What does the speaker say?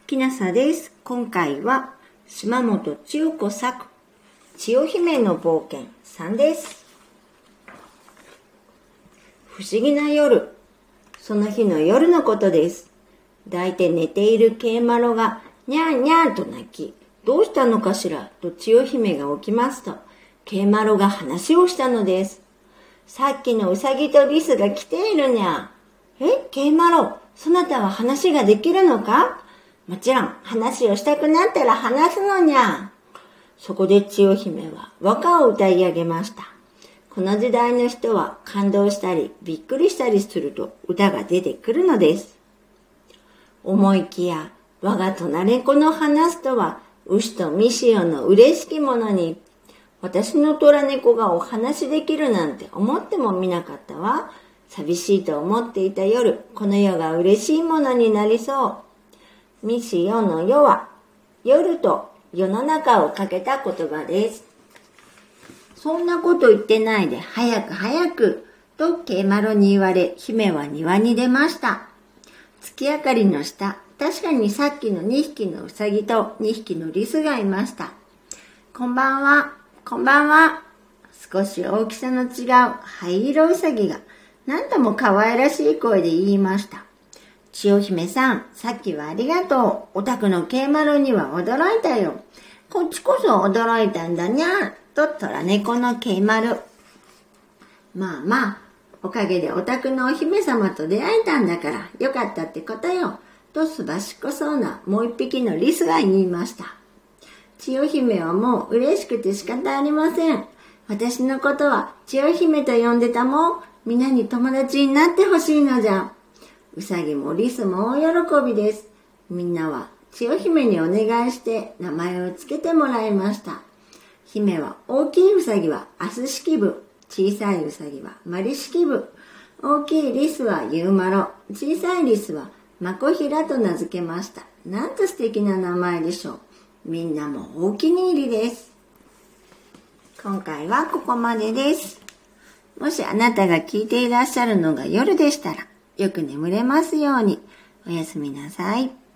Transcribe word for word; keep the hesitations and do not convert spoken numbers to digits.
きなさです。今回は島本千代子作千代姫の冒険さんです。不思議な夜。その日の夜のことです。抱いて寝ている桂麻呂がにゃんにゃんと泣き、どうしたのかしらと千代姫が起きますと、桂麻呂が話をしたのです。さっきのうさぎとリスが来ているにゃ。え、桂麻呂、そなたは話ができるのか？もちろん話をしたくなったら話すのにゃ。そこで千代姫は和歌を歌い上げました。この時代の人は感動したりびっくりしたりすると歌が出てくるのです。思いきや我が隣子の話すとは牛とみしおの嬉しきものに、私の虎猫がお話できるなんて思ってもみなかったわ。寂しいと思っていた夜、この世が嬉しいものになりそう。みしおの世は夜と世の中をかけた言葉です。そんなこと言ってないで早く早くと桂麻呂に言われ、姫は庭に出ました。月明かりの下、確かにさっきのにひきのうさぎとにひきのリスがいました。こんばんは、こんばんは。少し大きさの違う灰色うさぎがなんとも可愛らしい声で言いました。千代姫さん、さっきはありがとう。お宅の桂麻呂には驚いたよ。こっちこそ驚いたんだにゃ。と虎猫の桂麻呂。まあまあ、おかげでお宅のお姫様と出会えたんだからよかったってことよ。とすばしっこそうなもう一匹のリスが言いました。千代姫はもう嬉しくて仕方ありません。私のことは千代姫と呼んでたもん。みんなに友達になってほしいのじゃ。うさぎもリスも大喜びです。みんなは千代姫にお願いして名前をつけてもらいました。姫は大きいうさぎはアス式部、小さいうさぎはマリ式部、大きいリスはユウマロ、小さいリスはマコヒラと名付けました。なんと素敵な名前でしょう。みんなもお気に入りです。今回はここまでです。もしあなたが聞いていらっしゃるのが夜でしたら、よく眠れますように。おやすみなさい。